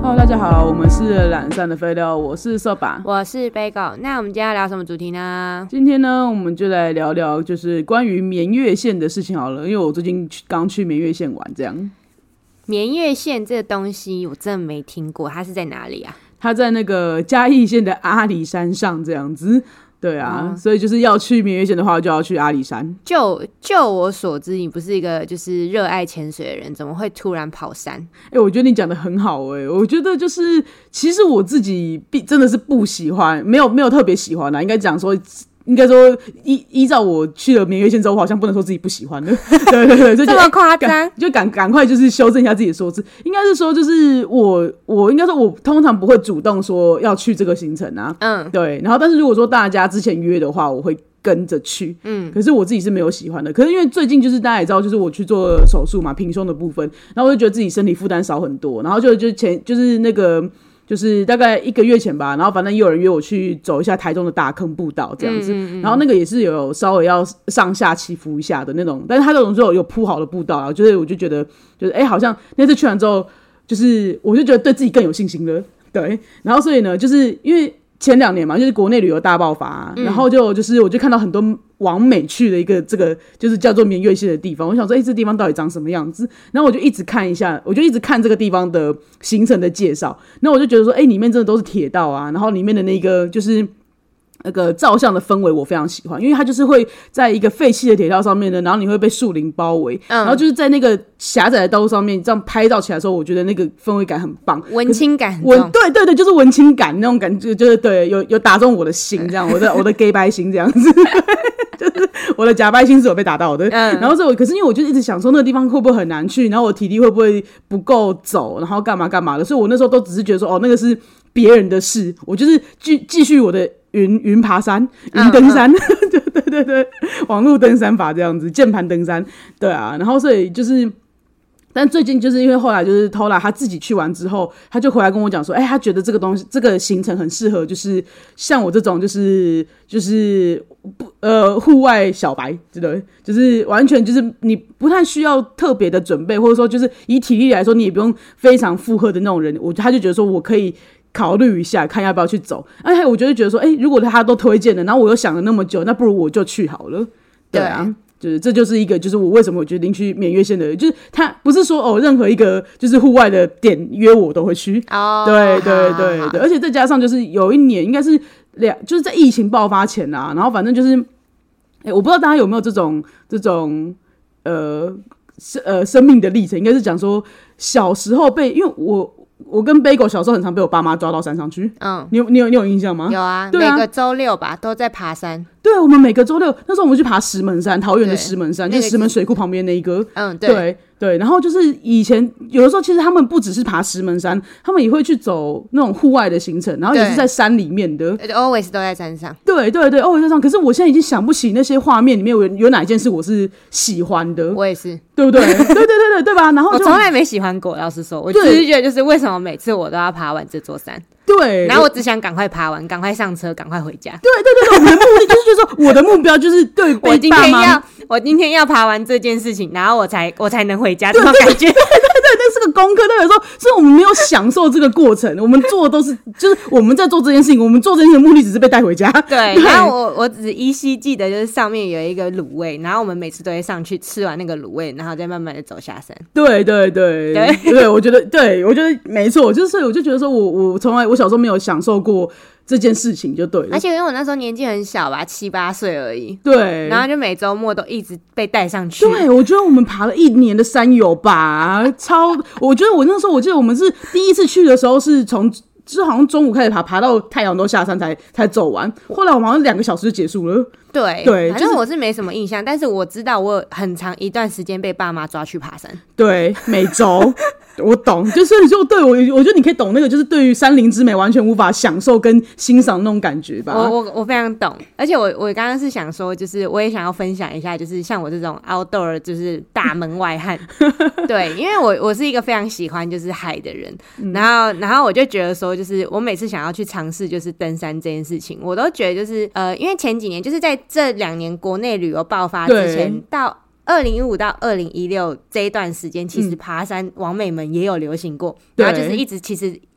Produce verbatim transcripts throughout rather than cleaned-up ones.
Hello， 大家好，我们是懒散的废料，我是色爸， 我是 Bagel。那我们今天要聊什么主题呢？ 今天呢，我们就来聊聊就是关于绵月线的事情好了，因为我最近刚去绵月线玩，这样。 绵月线这个东西我真的没听过，它是在哪里啊？ 它在那个嘉义县的阿里山上这样子。对啊、嗯，所以就是要去绵月线的话，就要去阿里山。 就就我所知，你不是一个就是热爱潜水的人，怎么会突然跑山？ 哎、欸，我觉得你讲的很好哎、欸，我觉得就是其实我自己真的是不喜欢，没有没有特别喜欢啦，应该讲说。应该说依依照我去了绵月线之后，我好像不能说自己不喜欢的，对对对， 这么夸张， 就赶赶快就是修正一下自己的说辞。应该是说，就是我我应该说，我通常不会主动说要去这个行程啊，嗯，对。然后，但是如果说大家之前约的话，我会跟着去，嗯。可是我自己是没有喜欢的，可是因为最近就是大家也知道，就是我去做手术嘛，平胸的部分，然后我就觉得自己身体负担少很多，然后就就前就是那个。就是大概一个月前吧，然后反正也有人约我去走一下台中的大坑步道这样子，嗯嗯嗯，然后那个也是有稍微要上下起伏一下的那种，但是他这种就有铺好的步道，就是我就觉得就是哎、欸，好像那次去完之后，就是我就觉得对自己更有信心了，对，然后所以呢，就是因为前两年嘛，就是国内旅游大爆发、啊嗯，然后就就是我就看到很多往美去的一个这个就是叫做绵月线的地方，我想说，哎、欸，这地方到底长什么样子？然后我就一直看一下，我就一直看这个地方的行程的介绍，那我就觉得说，哎、欸，里面真的都是铁道啊，然后里面的那个就是那个照相的氛围我非常喜欢，因为它就是会在一个废弃的铁道上面呢，然后你会被树林包围、嗯，然后就是在那个狭窄的道路上面这样拍照起来的时候，我觉得那个氛围感很棒， 文青感很重，对对对，就是文青感那种感觉，就是对，有有打中我的心，这样，我的我的 gay 白心这样子，就是我的假白心是有被打到的，嗯，然后所以我可是因为我就一直想说那个地方会不会很难去，然后我体力会不会不够走，然后干嘛干嘛的，所以我那时候都只是觉得说，哦，那个是别人的事，我就是继继续我的。云云爬山，云登山，嗯嗯对对对对，网络登山法这样子，键盘登山，对啊，然后所以就是，但最近就是因为后来就是偷拉他自己去完之后，他就回来跟我讲说，哎、欸，他觉得这个东西这个行程很适合，就是像我这种就是就是不呃户外小白，对不对？就是完全就是你不太需要特别的准备，或者说就是以体力来说，你也不用非常负荷的那种人，我他就觉得说我可以。考虑一下，看要不要去走。而且我就会觉得说，哎、欸，如果他都推荐了，然后我又想了那么久，那不如我就去好了。对啊，对就是这就是一个，就是我为什么我决定去绵月线的，就是他不是说哦，任何一个就是户外的点约我都会去。哦，对对对对，而且再加上就是有一年应该是两，就是在疫情爆发前啊，然后反正就是，哎、欸，我不知道大家有没有这种这种呃呃生命的历程，应该是讲说小时候被，因为我。我跟 Bagel 小时候很常被我爸妈抓到山上去，嗯，你有你有你有印象吗？ 有啊，对啊，每个周六吧都在爬山。 对，我们每个周六那时候我们去爬石门山，桃园的石门山，就是石门水库旁边那一个，嗯，对 对, 对。然后就是以前有的时候，其实他们不只是爬石门山，他们也会去走那种户外的行程，然后也是在山里面的， 对 ，always 都在山上。 对对对 ，always 在山上。可是我现在已经想不起那些画面里面有有哪一件事我是喜欢的。 我也是， 对不对？对对对对对吧？然后就我从来没喜欢过，老实说，我只是觉得就是为什么每次我都要爬完这座山。 对， 然后我只想赶快爬完，赶快上车，赶快回家。 对对对对，我的目的就是说，我的目标就是对我今天要，我今天要爬完这件事情，然后我才我才能回家，这种感觉。对对对， 那是个功课。但有时候是我们没有享受这个过程，我们做的都是就是我们在做这件事情，我们做这件事情的目的只是被带回家。 对，然后我我只依稀记得就是上面有一个卤味，然后我们每次都会上去吃完那个卤味，然后再慢慢的走下山。 对对对对对，我觉得对，我觉得没错，就是我就觉得说我我从来我小时候没有享受过这件事情就对了， 而且因为我那时候年纪很小吧，七八岁而已， 对， 然后就每周末都一直被带上去。 对，我觉得我们爬了一年的山友吧，超，我觉得我那时候我记得我们是第一次去的时候是从。就是好像中午开始爬，爬到太阳都下山才才走完。后来我们好像两个小时就结束了。 对对， 反正我是没什么印象，但是我知道我有很长一段时间被爸妈抓去爬山。 对，每周我懂，就是就对我，我觉得你可以懂那个，就是对于山林之美完全无法享受跟欣赏那种感觉吧。 我我我非常懂，而且我我刚刚是想说，就是我也想要分享一下，就是像我这种 outdoor 就是大门外汉，对，因为我我是一个非常喜欢就是海的人，嗯、然后然后我就觉得说，就是我每次想要去尝试就是登山这件事情，我都觉得就是呃，因为前几年就是在这两年国内旅游爆发之前到。二零一五到二零一六这一段时间，其实爬山网美们也有流行过，然后就是一直其实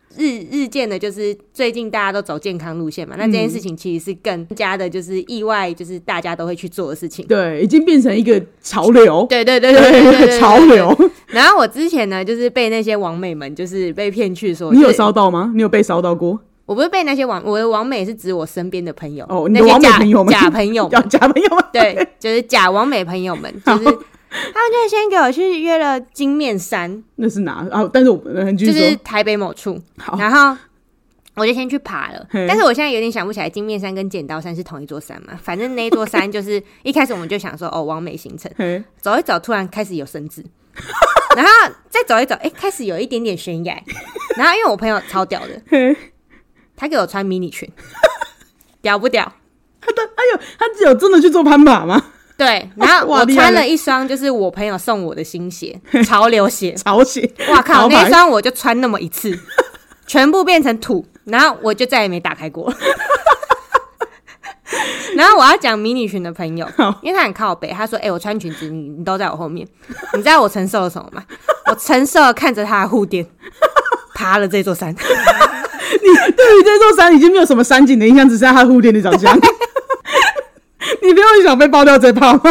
日日渐的，就是最近大家都走健康路线嘛，那这件事情其实是更加的，就是意外，就是大家都会去做的事情。 对，已经变成一个潮流。 对对对对对对对， 潮流。 然后我之前呢，就是被那些网美们就是被骗去说， 你有烧到吗？你有被烧到过？ 我不是被那些网，我的网美是指我身边的朋友哦，你的网美朋友们， 假朋友们， 假朋友们， 对，就是假网美朋友们，就是他们就先给我去约了金面山， 那是哪啊？但是我很就是台北某处，然后我就先去爬了。但是我现在有点想不起来金面山跟剪刀山是同一座山嘛？反正那座山就是一开始我们就想说哦，网美行程，走一走，突然开始有绳子。然后再走一走，哎、欸，开始有一点点悬崖。然后因为我朋友超屌的，他给我穿迷你裙，屌不屌？ 他的哎呦，他有真的去做攀爬吗？ 对，然后我穿了一双就是我朋友送我的新鞋，潮流鞋， 潮鞋。 哇靠，那一双我就穿那么一次，全部变成土，然后我就再也没打开过。然后我要讲迷你裙的朋友，因为他很靠北，他说：“哎、欸，我穿裙子，你你都在我后面。”你知道我承受了什么吗？我承受了看着他的护垫爬了这座山。 你对于这座山已经没有什么山景的印象，只剩下他的护垫的长相。你不用想被爆掉这炮吗？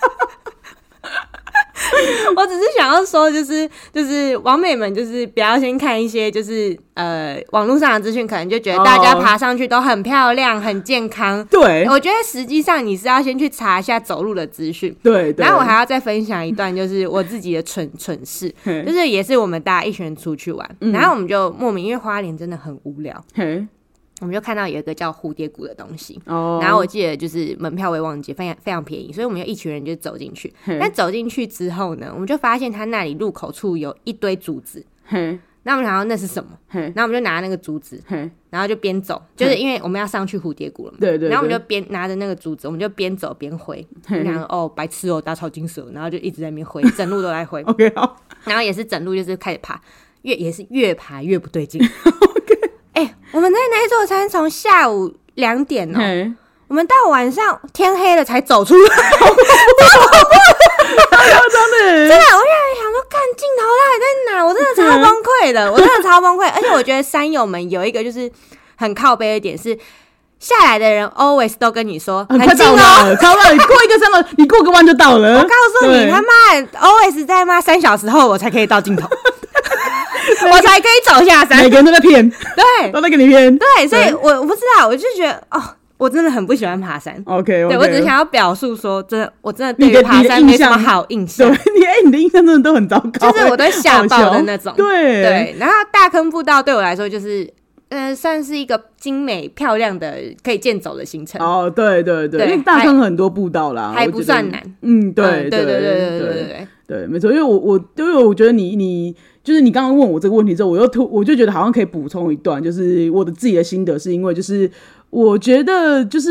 我只是想要说，就是就是网美们，就是不要先看一些就是呃网络上的资讯，可能就觉得大家爬上去都很漂亮、很健康。 对， 我觉得实际上你是要先去查一下走路的资讯。 对，对。 然后我还要再分享一段，就是我自己的蠢蠢事，就是也是我们大家一群人出去玩，嗯、然后我们就莫名因为花莲真的很无聊。我们就看到有一个叫蝴蝶谷的东西， oh. 然后我记得就是门票我也忘记，非常非常便宜，所以我们就一群人就走进去。但走进去之后呢，我们就发现他那里入口处有一堆竹子，那我们想到那是什么？然后我们就拿那个竹子，然后就边走，就是因为我们要上去蝴蝶谷了嘛，对对对，然后我们就边拿着那个竹子，我们就边走边挥，就想说哦白痴哦打草惊蛇，然后就一直在那边挥，整路都在挥。 OK 好， 然后也是整路就是开始爬，越也是越爬越不对劲。哎、欸，我们在那座山从下午两点哦、喔，我们到晚上天黑了才走出来，超恐怖的， 真的， 真的，我现在想说，看镜头到底在哪？我真的超崩溃的，我真的超崩溃。而且我觉得山友们有一个就是很靠北的点是，下来的人 always 都跟你说很近哦， 超了，你过一个山了，你过个弯就到了。 我告诉你，他妈 always 在妈三小时后我才可以到尽头。我才可以走下山， 每个人都在骗， 对， 都在跟你骗， 对，所以我我不知道，我就觉得哦，我真的很不喜欢爬山。 OK， 对我只是想要表述说，真的，我真的对于爬山没什么好印象。 对，你哎，你的印象真的都很糟糕， 就是我都吓爆的那种。 对对，然后大坑步道对我来说就是。呃，算是一个精美漂亮的可以健走的行程哦，对对 对, 对，因为大坑很多步道啦， 还不算难。 嗯，对、嗯、 对对对对对对对对，没错。因为我我因为我觉得你你就是你刚刚问我这个问题之后，我又突我就觉得好像可以补充一段，就是我的自己的心得，是因为就是我觉得就是。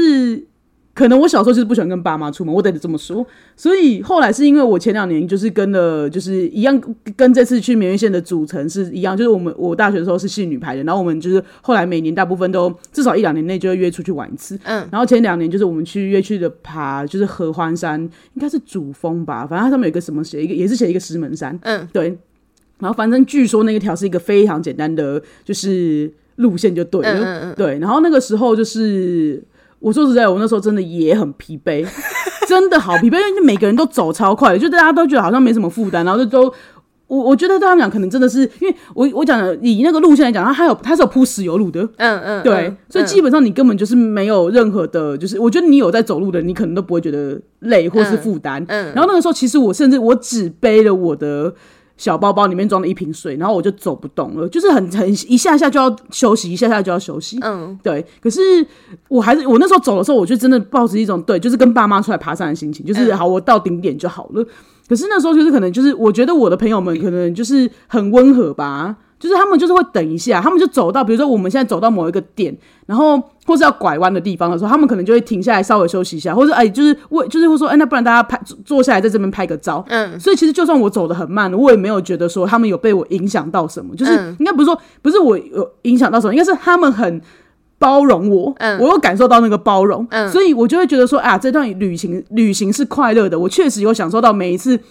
可能我小时候就是不喜欢跟爸妈出门，我得这么说。所以后来是因为我前两年就是跟了，就是一样跟这次去绵月线的组成是一样，就是我们我大学的时候是系女排的，然后我们就是后来每年大部分都至少一两年内就会约出去玩一次。嗯，然后前两年就是我们去约去的爬，就是合欢山，应该是主峰吧，反正它上面有一个什么写一个，也是写一个石门山。嗯，对。然后反正据说那一条是一个非常简单的，就是路线就对了。嗯嗯嗯对，然后那个时候就是。我说实在，我那时候真的也很疲惫，真的好疲惫，因为每个人都走超快的，就大家都觉得好像没什么负担，然后就都我我觉得对他们讲可能真的是因为我我讲的以那个路线来讲，它还有它是有铺石油路的，嗯嗯，对，嗯、所以基本上你根本就是没有任何的，就是我觉得你有在走路的，你可能都不会觉得累或是负担、嗯嗯。然后那个时候其实我甚至我只背了我的。小包包里面装了一瓶水，然后我就走不动了，就是很很一下下就要休息，一下下就要休息。嗯，对。可是我还是我那时候走的时候，我就真的抱着一种对，就是跟爸妈出来爬山的心情，就是、嗯、好，我到顶点就好了。可是那时候就是可能就是我觉得我的朋友们可能就是很温和吧。就是他们就是会等一下，他们就走到，比如说我们现在走到某一个点，然后或是要拐弯的地方的时候，他们可能就会停下来稍微休息一下，或者哎，就是我就是会说，哎，那不然大家拍坐下来在这边拍个照。嗯，所以其实就算我走得很慢，我也没有觉得说他们有被我影响到什么，就是、嗯、应该不是说不是我有影响到什么，应该是他们很包容我，嗯，我有感受到那个包容，嗯，所以我就会觉得说啊，这段旅行旅行是快乐的，我确实有享受到每一次。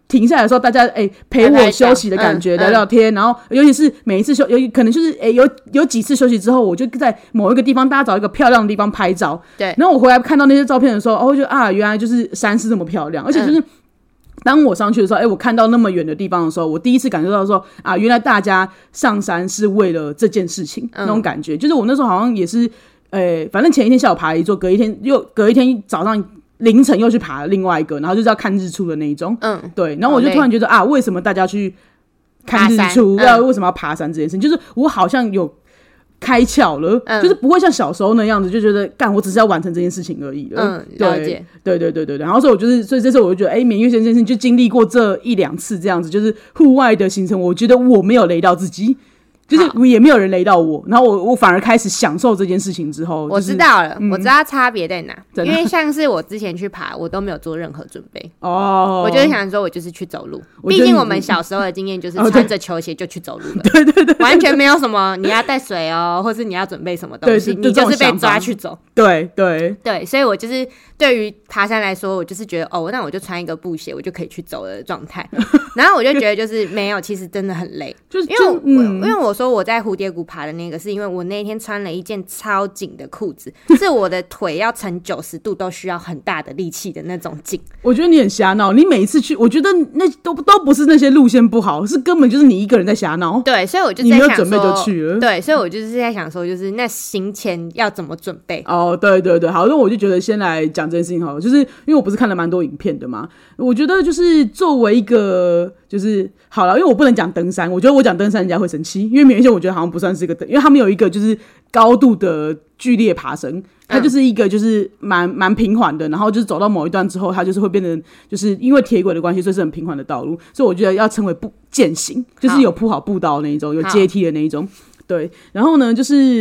停下来的时候，大家哎、欸、陪我休息的感觉，聊聊天、嗯嗯，然后尤其是每一次休，有可能就是哎、欸、有有几次休息之后，我就在某一个地方，大家找一个漂亮的地方拍照。对，然后我回来看到那些照片的时候，哦，就啊，原来就是山是这么漂亮，而且就是。嗯当我上去的时候，哎、欸，我看到那么远的地方的时候，我第一次感受到说啊，原来大家上山是为了这件事情，嗯、那种感觉，就是我那时候好像也是，呃、欸，反正前一天下午爬了一座，隔一天又隔一天早上凌晨又去爬了另外一个，然后就是要看日出的那一种，嗯，对，然后我就突然觉得啊，为什么大家去看日出，要、嗯、为什么要爬山这件事情，就是我好像有。开窍了、嗯，就是不会像小时候那样子，就觉得干我只是要完成这件事情而已了。嗯，了解，对对对对对。然后所以我就是，所以这次我就觉得，哎、欸，免疫线这件事情就经历过这一两次这样子，就是户外的行程，我觉得我没有雷到自己。就是也没有人雷到我，然后我我反而开始享受这件事情之后，就是、 我知道了、嗯，我知道差别在哪，因为像是我之前去爬，我都没有做任何准备哦，我就是想说，我就是去走路，毕竟我们小时候的经验就是穿着球鞋就去走路了，对对 对, 对，完全没有什么你要带水哦，或是你要准备什么东西，你就是被抓去走， 对对对，所以我就是对于爬山来说，我就是觉得哦，那我就穿一个布鞋，我就可以去走的状态，然后我就觉得就是没有，其实真的很累，就是因为我、嗯、因为我说我在蝴蝶谷爬的那个，是因为我那天穿了一件超紧的裤子，是我的腿要呈九十度都需要很大的力气的那种紧。 我觉得你很瞎闹，你每一次去，我觉得那都都不是那些路线不好，是根本就是你一个人在瞎闹。 对，所以我就在想说， 你没有准备就去了。 对，所以我就是在想说，就是那行前要怎么准备。 哦，对对对，好，那我就觉得先来讲这件事情好了，就是因为我不是看了蛮多影片的嘛，我觉得就是作为一个就是好了，因为我不能讲登山，我觉得我讲登山人家会生气，因为免疫线我觉得好像不算是一个，因为他们有一个就是高度的剧烈爬升，它就是一个就是蛮蛮平缓的，然后就是走到某一段之后，它就是会变成就是因为铁轨的关系，所以是很平缓的道路，所以我觉得要称为步健行，就是有铺好步道那一种，有阶梯的那一种，对，然后呢就是。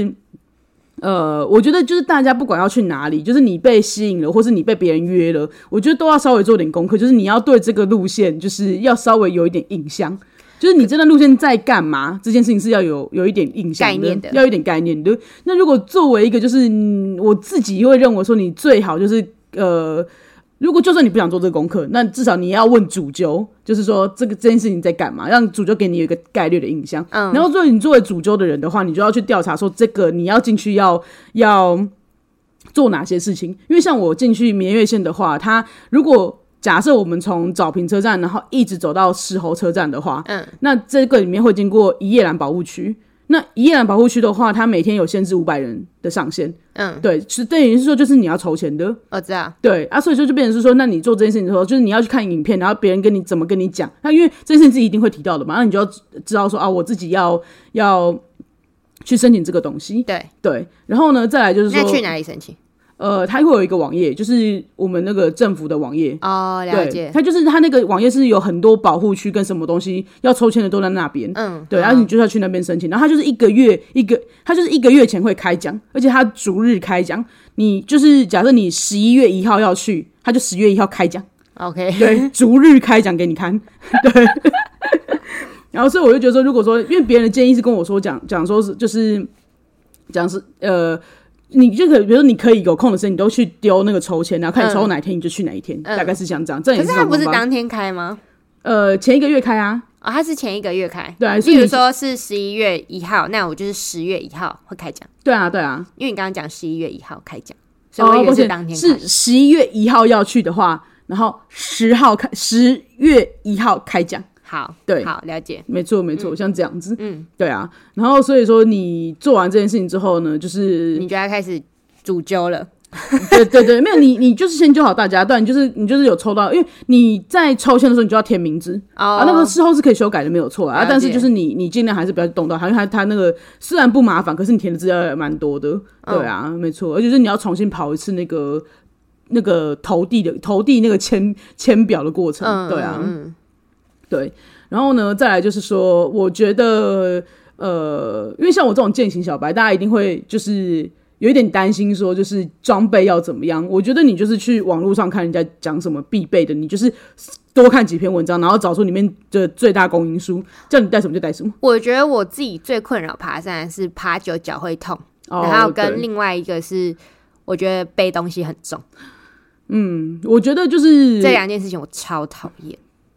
呃，我觉得就是大家不管要去哪里，就是你被吸引了，或是你被别人约了，我觉得都要稍微做点功课，就是你要对这个路线就是要稍微有一点印象，就是你这段路线在干嘛，这件事情是要有有一点印象的，概念的，要有一点概念的。那如果作为一个就是、嗯、我自己会认为说，你最好就是呃。如果就算你不想做这个功课，那至少你要问主揪，就是说这个这件事情在干嘛，让主揪给你有一个概略的印象。嗯，然后作为你作为主揪的人的话，你就要去调查说这个你要进去要要做哪些事情。因为像我进去绵月线的话，它如果假设我们从早平车站然后一直走到石猴车站的话，嗯，那这个里面会经过一叶兰保护区。那一叶兰保护区的话，它每天有限制五百人的上限，嗯，对，是等于是说就是你要筹钱的， 我知道， 对啊，所以说就变成是说，那你做这件事情的时候，就是你要去看影片，然后别人跟你怎么跟你讲，那因为这件事情自己一定会提到的嘛，那你就要知道说啊，我自己要要去申请这个东西， 对对，然后呢，再来就是说， 那去哪里申请？ 呃，它会有一个网页，就是我们那个政府的网页哦，了解。 它就是它那个网页是有很多保护区跟什么东西要抽签的都在那边，嗯，对，然后你就要去那边申请。然后它就是一个月一个，它就是一个月前会开奖，而且它逐日开奖。你就是假设你十一月一号要去，它就十月一号开奖 ，OK， 对，逐日开奖给你看，对。然后所以我就觉得说，如果说因为别人的建议是跟我说讲讲说是就是讲是呃。你就可以，比如说你可以有空的时候，你都去丢那个抽签，然后看你抽到哪一天你就去哪一天，嗯、大概是像这样。这也是可是它不是当天开吗？ 呃，前一个月开啊。 哦，它是前一个月开。 对、啊， 比如说是十一月一号，那我就是十月一号会开奖。 对啊，对啊， 因为你刚刚讲十一月一号开奖，所以我以为是当天开。 是十一月一号要去的话，然后十号开，十月一号开奖。 好， 对， 好，了解， 没错，没错、嗯，像这样子，嗯，对啊。然后所以说，你做完这件事情之后呢，就是你就要开始主揪了。 对对对，没有你，你就是先揪好大家，但你就是你就是有抽到，因为你在抽签的时候，你就要填名字、哦、啊，那个事后是可以修改的，没有错啊。但是就是你你尽量还是不要动到它，因为它它那个虽然不麻烦，可是你填的资料也蛮多的，对啊，嗯、没错，而且是你要重新跑一次那个那个投递的投递那个签签表的过程，嗯、对啊，嗯，对。然后呢，再来就是说，我觉得，呃，因为像我这种健行小白，大家一定会就是有一点担心，说就是装备要怎么样。我觉得你就是去网络上看人家讲什么必备的，你就是多看几篇文章，然后找出里面的最大公因数，叫你带什么就带什么。 我觉得我自己最困扰爬山是爬久脚会痛，哦、然后跟另外一个是，我觉得背东西很重。 嗯，我觉得就是这两件事情我超讨厌。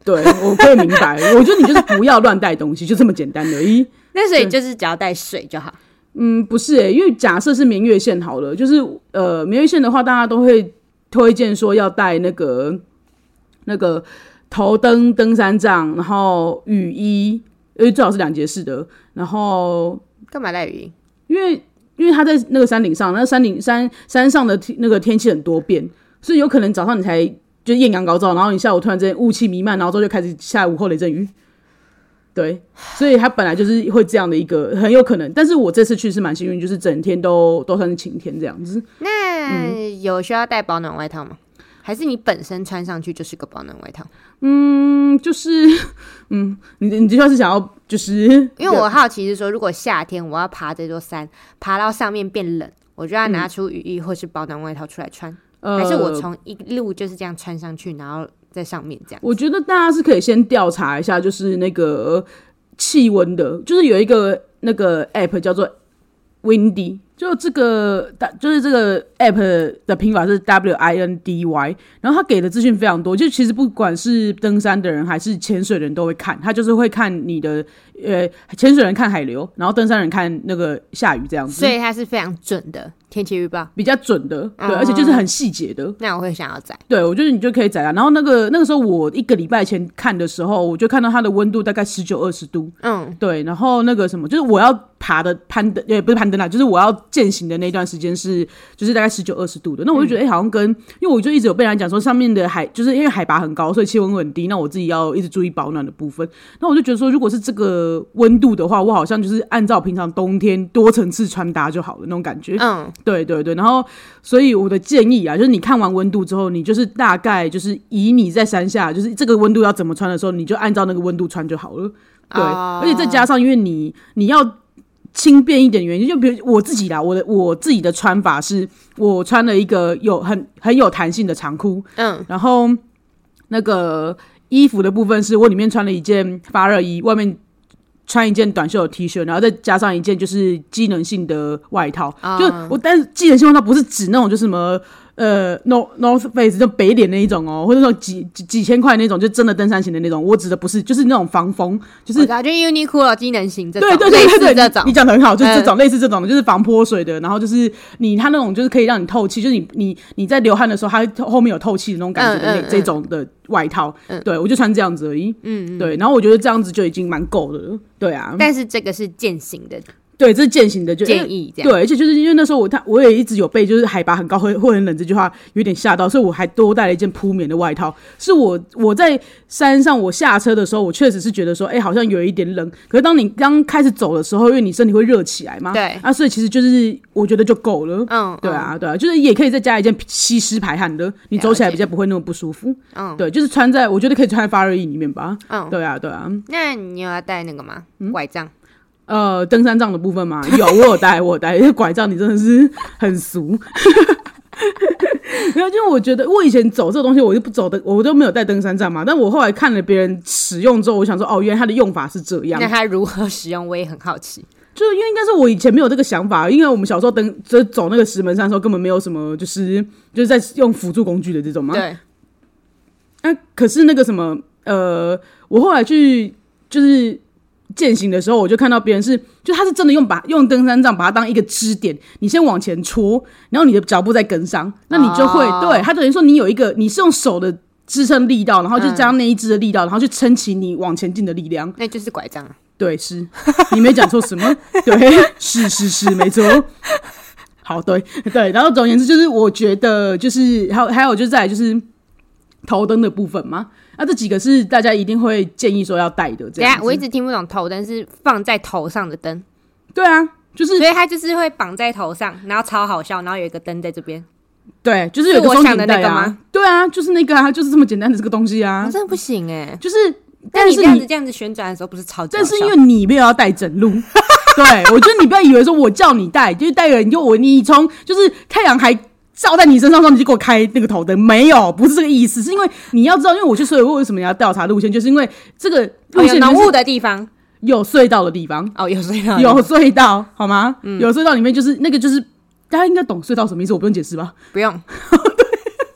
对，我可以明白。我觉得你就是不要乱带东西，就这么简单而已。 那所以就是只要带水就好。 嗯，不是诶、欸，因为假设是眠月线好了，就是呃眠月线的话，大家都会推荐说要带那个那个头灯、登山杖，然后雨衣，因为最好是两节式的。然后干嘛带雨衣？ 因为因为他在那个山顶上，那山顶山山上的那个天气很多变，所以有可能早上你才就艳阳高照，然后你下午突然之间雾气弥漫，然后之后就开始下午后雷阵雨。对，所以它本来就是会这样的一个很有可能，但是我这次去是蛮幸运，就是整天都都算是晴天这样子。 那、嗯、有需要带保暖外套吗？还是你本身穿上去就是个保暖外套？ 嗯，就是嗯，你你就要是想要就是因为我好奇是说，如果夏天我要爬这座山，爬到上面变冷，我就要拿出雨衣或是保暖外套出来穿，嗯、还是我从一路就是这样穿上去，然后在上面这样？ 我觉得大家是可以先调查一下，就是那个气温的，就是有一个那个 app 叫做 Windy， 就这个就是这个 app 的拼法是 W I N D Y， 然后他给的资讯非常多，就其实不管是登山的人还是潜水的人都会看，他就是会看你的呃潜水人看海流，然后登山人看那个下雨这样子， 所以它是非常准的天气预报， 比较准的，对、嗯，而且就是很细节的。 那我会想要载， 对，我觉得你就可以载啊。然后那个那个时候我一个礼拜前看的时候，我就看到它的温度大概十九二十度，嗯，对。然后那个什么，就是我要爬的攀登，也不是攀登啦，就是我要健行的那段时间是，就是大概十九二十度的。那我就觉得，哎、嗯欸，好像跟，因为我就一直有被人家讲说，上面的海就是因为海拔很高，所以气温会很低。那我自己要一直注意保暖的部分。那我就觉得说，如果是这个温度的话，我好像就是按照平常冬天多层次穿搭就好了那种感觉。嗯，对对对。然后，所以我的建议啊，就是你看完温度之后，你就是大概就是以你在山下，就是这个温度要怎么穿的时候，你就按照那个温度穿就好了。对，哦、而且再加上，因为你你要轻便一点的原因，就比如我自己啦，我的我自己的穿法是，我穿了一个有很很有弹性的长裤，嗯，然后那个衣服的部分是我里面穿了一件发热衣，外面穿一件短袖的 T 恤，然后再加上一件就是机能性的外套。Oh. 就我，但是机能性外套不是指那种就是什么呃 North North Face 就北脸那一种哦，或者说几几几千块那种，就真的登山型的那种。我指的不是，就是那种防风，就是就 Uniqlo 机能型这种， 对对对对对， 这种你讲的很好，就是这种、嗯、类似这种，就是防泼水的，然后就是你它那种就是可以让你透气，就是你你你在流汗的时候，它后面有透气的那种感觉的那、嗯嗯、这种的外套。嗯、对，我就穿这样子而已。嗯, 嗯，对，然后我觉得这样子就已经蛮够的了。对啊， 但是这个是健行的。 对，这是健行的就建议这样。 对，而且就是因为那时候我他我也一直有被就是海拔很高会会很冷这句话有点吓到，所以我还多带了一件铺棉的外套。是我我在山上我下车的时候，我确实是觉得说，哎、欸，好像有一点冷。可是当你刚开始走的时候，因为你身体会热起来嘛， 对啊，所以其实就是我觉得就够了。嗯，对啊，对啊，就是也可以再加一件吸湿排汗的，你走起来比较不会那么不舒服。嗯，对，就是穿在我觉得可以穿在发热衣里面吧。嗯，对啊，对啊。 那你有要带那个吗？嗯、拐杖？ 呃，登山杖的部分嘛，有我有带，我有带。拐杖你真的是很俗，没有，因为我觉得我以前走这个东西，我就不走的，我都没有带登山杖嘛。但我后来看了别人使用之后，我想说，哦，原来它的用法是这样。 那它如何使用，我也很好奇。 就是因为应该是我以前没有这个想法，因为我们小时候登就走那个石门山的时候，根本没有什么就是就是在用辅助工具的这种嘛。 对。 啊，可是那个什么，呃，我后来去就是健行的时候，我就看到别人是，就他是真的用把用登山杖把它当一个支点，你先往前戳，然后你的脚步再跟上，那你就会、oh. 对，他等于说你有一个，你是用手的支撑力道，然后就加上那一只的力道，然后去撑起你往前进的力量， 那就是拐杖啊。 对，是你没讲错什么，对，是是是，没错。好，对对，然后总而言之，就是我觉得就是还有还有就再来就是头灯的部分嘛。那、啊、这几个是大家一定会建议说要带的。这样子， 我一直听不懂头灯是放在头上的灯。 对啊，就是所以它就是会绑在头上，然后超好笑，然后有一个灯在这边。 对，就是有一个松紧带啊。是我想的那个吗？ 对啊，就是那个啊，就是这么简单的这个东西啊。 我真的不行哎、欸， 就是， 但是你这样子这样子旋转的时候不是超级好笑？ 但是因为你没有要带整路。对，我觉得你不要以为说我叫你带，就是带人就我你从就是太阳还照在你身上，你就给我开那个头灯，没有，不是这个意思，是因为你要知道，因为我就说为什么你要调查路线，就是因为这个路线、 哦、有浓雾的地方， 有隧道的地方， 哦，有隧道， 有隧道，好吗？嗯、有隧道里面就是那个就是大家应该懂隧道什么意思，我不用解释吧？ 不用。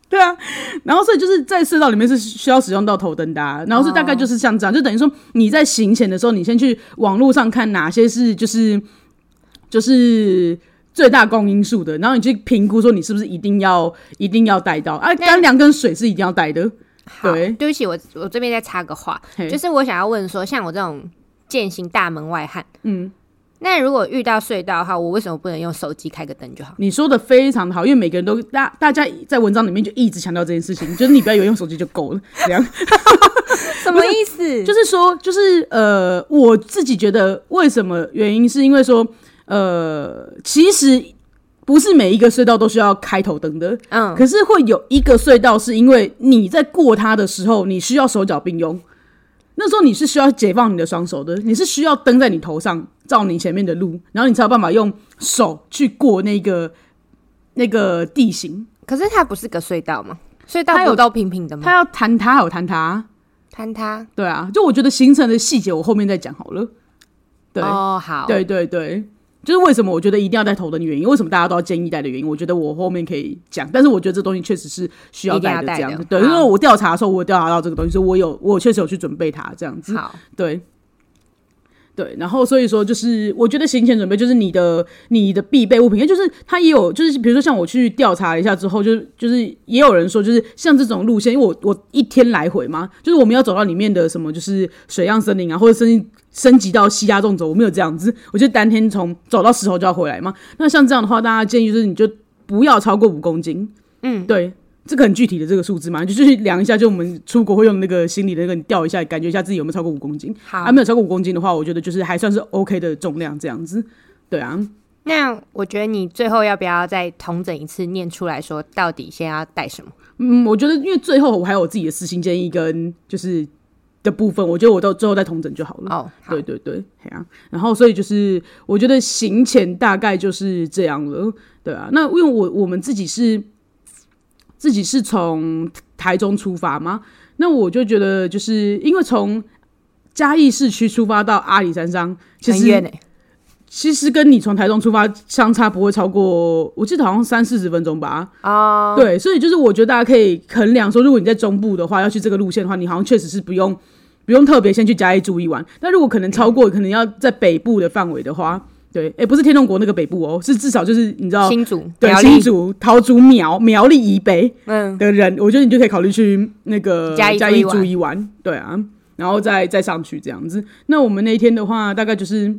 对啊，然后所以就是在隧道里面是需要使用到头灯的、啊，然后是大概就是像这样，就等于说你在行前的时候，你先去网络上看哪些是就是就是最大公因数的，然后你去评估说你是不是一定要一定要带到啊，干粮跟水是一定要带的。对， 对不起，我我这边再插个话，就是我想要问说，像我这种健行大门外汉，嗯。那如果遇到隧道的话，我为什么不能用手机开个灯就好？ 你说的非常好，因为每个人都大大家在文章里面就一直强调这件事情，就是你不要以为用手机就够了，这样什么意思？ 就是说，就是呃，我自己觉得为什么原因是因为说，呃，其实不是每一个隧道都需要开头灯的，嗯，可是会有一个隧道是因为你在过它的时候，你需要手脚并用。那时候你是需要解放你的双手的，你是需要灯在你头上照你前面的路，然后你才有办法用手去过那个那个地形。 可是它不是个隧道吗？隧道不都平平的吗？ 它要坍塌，还有坍塌， 坍塌。 对啊，就我觉得行程的细节我后面再讲好了。对哦，好， 对对对。就是为什么我觉得一定要带头灯的原因，为什么大家都要建议带的原因，我觉得我后面可以讲，但是我觉得这东西确实是需要带的，这样子。对，因为我调查的时候，我调查到这个东西，所以我有我确实有去准备它，这样子。 好， 对。对，然后所以说就是我觉得行前准备就是你的你的必备物品，就是它也有就是比如说像我去调查一下之后，就就是也有人说就是像这种路线，因为我我一天来回嘛，就是我们要走到里面的什么就是水漾森林啊，或者升升级到西亚纵走，我没有这样子，我就当天从走到石头就要回来嘛。那像这样的话，大家建议就是你就不要超过五公斤，嗯，对。这个很具体的这个数字嘛，就去量一下，就我们出国会用那个心理的那个，你调一下，感觉一下自己有没有超过五公斤。好，啊，没有超过五公斤的话，我觉得就是还算是 OK 的重量这样子。对啊， 那我觉得你最后要不要再统整一次念出来说，到底先要带什么？ 嗯，我觉得因为最后我还有我自己的私心建议跟就是的部分，我觉得我都最后再统整就好了。哦，好，对对对，啊，然后所以就是我觉得行前大概就是这样了。对啊，那因为我我们自己是。自己是从台中出发嘛，那我就觉得就是因为从嘉义市区出发到阿里山上，其实很远欸， 其实跟你从台中出发相差不会超过，我记得好像三四十分钟吧。哦，对，所以就是我觉得大家可以衡量说，如果你在中部的话，要去这个路线的话，你好像确实是不用不用特别先去嘉义住一晚。但如果可能超过，可能要在北部的范围的话。对，哎、欸，不是天龙国那个北部哦，是至少就是你知道新竹， 对，新竹、桃竹苗、苗栗以北的人、嗯，我觉得你就可以考虑去那个嘉义住一晚，对啊，然后再再上去这样子。那我们那天的话，大概就是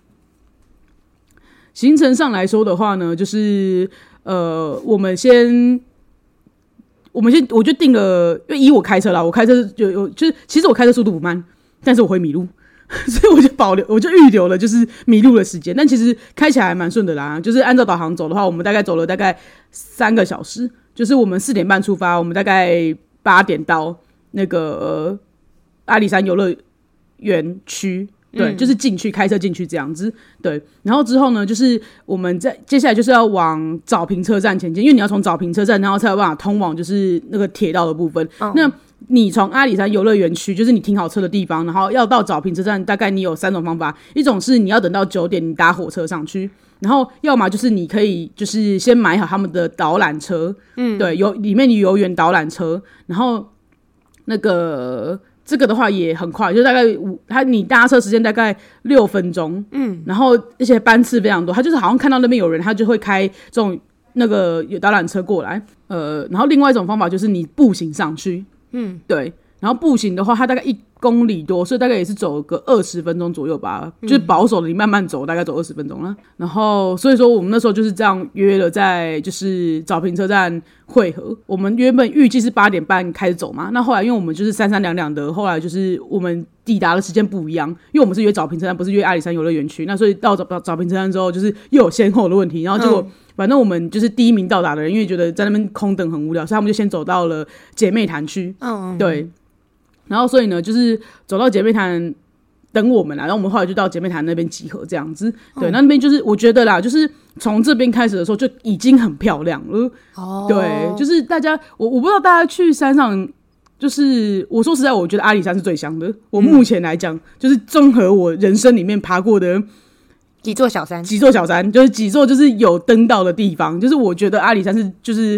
行程上来说的话呢，就是呃，我们先。我们先，我就定了，因为以我开车啦，我开车就有，就是其实我开车速度不慢，但是我会迷路。所以我就保留，我就预留了就是迷路的时间，但其实开起来还蛮顺的啦。就是按照导航走的话，我们大概走了大概三个小时。就是我们四点半出发，我们大概八点到那个、呃、阿里山游乐园区，对、嗯，就是进去开车进去这样子，对。然后之后呢，就是我们在接下来就是要往早平车站前进，因为你要从早平车站，然后才有办法通往就是那个铁道的部分。哦、那你从阿里山游乐园区，就是你停好车的地方，然后要到早平车站，大概你有三种方法。一种是你要等到九点，你搭火车上去；然后要么就是你可以就是先买好他们的导览车，嗯，对，有里面游园导览车，然后那个这个的话也很快，就大概五，它你搭车时间大概六分钟，嗯，然后而且班次非常多，他就是好像看到那边有人，他就会开这种那个有导览车过来，呃，然后另外一种方法就是你步行上去。嗯，对，然后步行的话，它大概一公里多，所以大概也是走个二十分钟左右吧，嗯、就是保守的，你慢慢走，大概走二十分钟了。然后，所以说我们那时候就是这样约了，在就是早平车站汇合。我们原本预计是八点半开始走嘛，那后来因为我们就是三三两两的，后来就是我们抵达的时间不一样，因为我们是约早平车站，不是约阿里山游乐园区，那所以到早早平车站之后，就是又有先后的问题，然后结果。嗯反正我们就是第一名到达的人，因为觉得在那边空等很无聊，所以他们就先走到了姐妹潭区。嗯，对。然后所以呢，就是走到姐妹潭等我们啦，然后我们后来就到姐妹潭那边集合，这样子。对，嗯、那那边就是我觉得啦，就是从这边开始的时候就已经很漂亮了。哦，对，就是大家，我我不知道大家去山上，就是我说实在，我觉得阿里山是最香的。我目前来讲，嗯、就是综合我人生里面爬过的。 几座小山， 几座小山，就是几座就是有登到的地方，就是我觉得阿里山是就是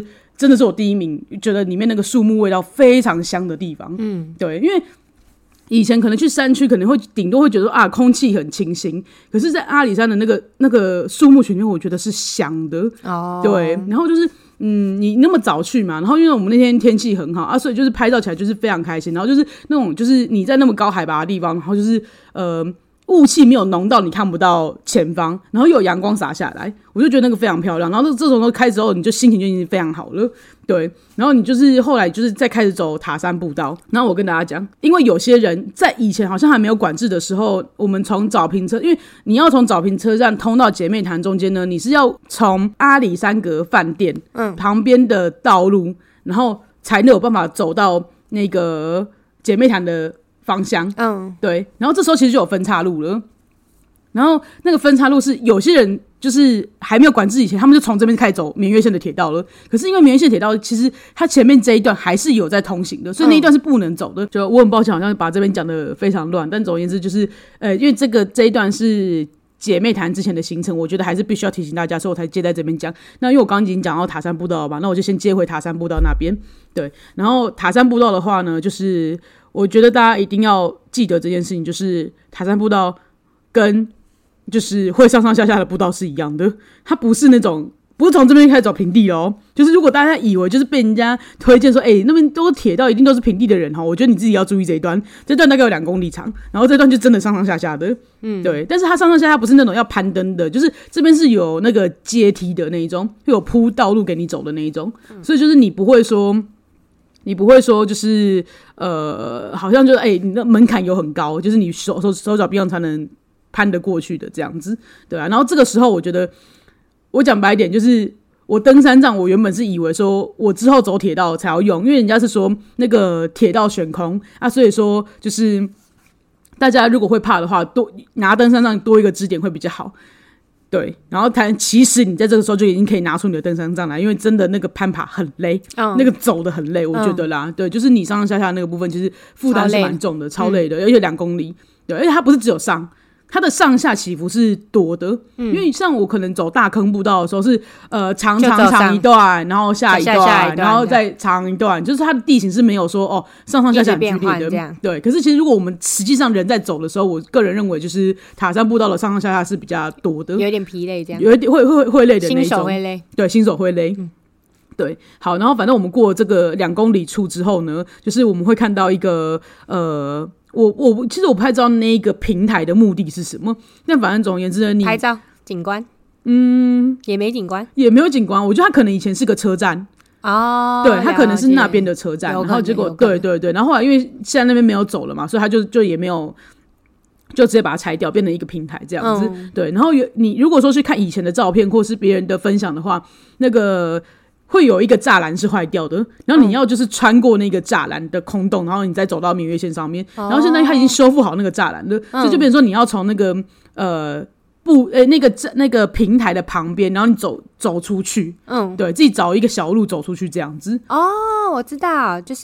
真的是我第一名，觉得里面那个树木味道非常香的地方。嗯，对，因为以前可能去山区可能会顶多会觉得啊空气很清新，可是在阿里山的那个那个树木群里面我觉得是香的。哦，对，然后就是嗯你那么早去嘛，然后因为我们那天天气很好啊，所以就是拍照起来就是非常开心，然后就是那种就是你在那么高海拔的地方，然后就是呃雾气没有浓到你看不到前方，然后又有阳光洒下来，我就觉得那个非常漂亮。然后这种都开始之后，你就心情就已经非常好了，对。然后你就是后来就是再开始走塔山步道。然后我跟大家讲，因为有些人在以前好像还没有管制的时候，我们从早平车，因为你要从早平车站通到姐妹潭中间呢，你是要从阿里山阁饭店嗯旁边的道路，然后才能有办法走到那个姐妹潭的方向。嗯，对，然后这时候其实就有分岔路了，然后那个分岔路是有些人就是还没有管制以前，他们就从这边开始走绵月线的铁道了。可是因为绵月线铁道其实它前面这一段还是有在通行的，所以那一段是不能走的。嗯、就我很抱歉，好像把这边讲的非常乱，但总而言之就是，呃，因为这个这一段是姐妹潭之前的行程，我觉得还是必须要提醒大家，所以我才接在这边讲。那因为我刚刚已经讲到塔山步道了吧，那我就先接回塔山步道那边。对，然后塔山步道的话呢，就是我觉得大家一定要记得这件事情，就是塔山步道跟就是会上上下下的步道是一样的，它不是那种不是从这边开始走平地咯。就是如果大家以为就是被人家推荐说哎、欸、那边都是铁道一定都是平地的人，我觉得你自己要注意这一段，这段大概有两公里长，然后这段就真的上上下下的。嗯，对，但是它上上下下不是那种要攀登的，就是这边是有那个阶梯的那一种，会有铺道路给你走的那一种，所以就是你不会说你不会说就是呃，好像就哎、欸，你的门槛有很高，就是你手手手脚并用才能攀得过去的这样子，对啊。然后这个时候，我觉得我讲白一点，就是我登山杖，我原本是以为说我之后走铁道才要用，因为人家是说那个铁道悬空啊，所以说就是大家如果会怕的话，多拿登山杖多一个支点会比较好。对，然后谈其实你在这个时候就已经可以拿出你的登山杖来，因为真的那个攀爬很累，嗯、那个走的很累，我觉得啦，嗯、对，就是你上上下下那个部分，其实负担是蛮重的，超累的，嗯、而且两公里，对，而且它不是只有上。它的上下起伏是多的，嗯、因为像我可能走大坑步道的时候是呃长长长一段，然后下一段，下下一段然后再长一段，就是它的地形是没有说哦上上下下很剧烈的，对。可是其实如果我们实际上人在走的时候，我个人认为就是塔山步道的上上下下是比较多的， 有点疲累这样， 有一点会会会累的那种，新手会累， 对，新手会累。嗯对，好，然后反正我们过这个两公里处之后呢，就是我们会看到一个呃，我我其实我不太知道那个平台的目的是什么，但反正总而言之呢，你拍照景观，嗯，也没景观， 也没有景观，我觉得它可能以前是个车站。哦，对，它可能是那边的车站，然后结果对对对，然后后来因为现在那边没有走了嘛，所以他就就也没有。就直接把它拆掉，变成一个平台这样子。嗯、对，然后有你如果说去看以前的照片或是别人的分享的话，那个会有一个栅栏是坏掉的，然后你要就是穿过那个栅栏的空洞，然后你再走到明月线上面。哦、然后现在它已经修复好那个栅栏了，嗯、所以就变成说你要从那个呃不呃那个那个平台的旁边，然后你走走出去。嗯，对自己找一个小路走出去这样子。 哦，我知道，就是。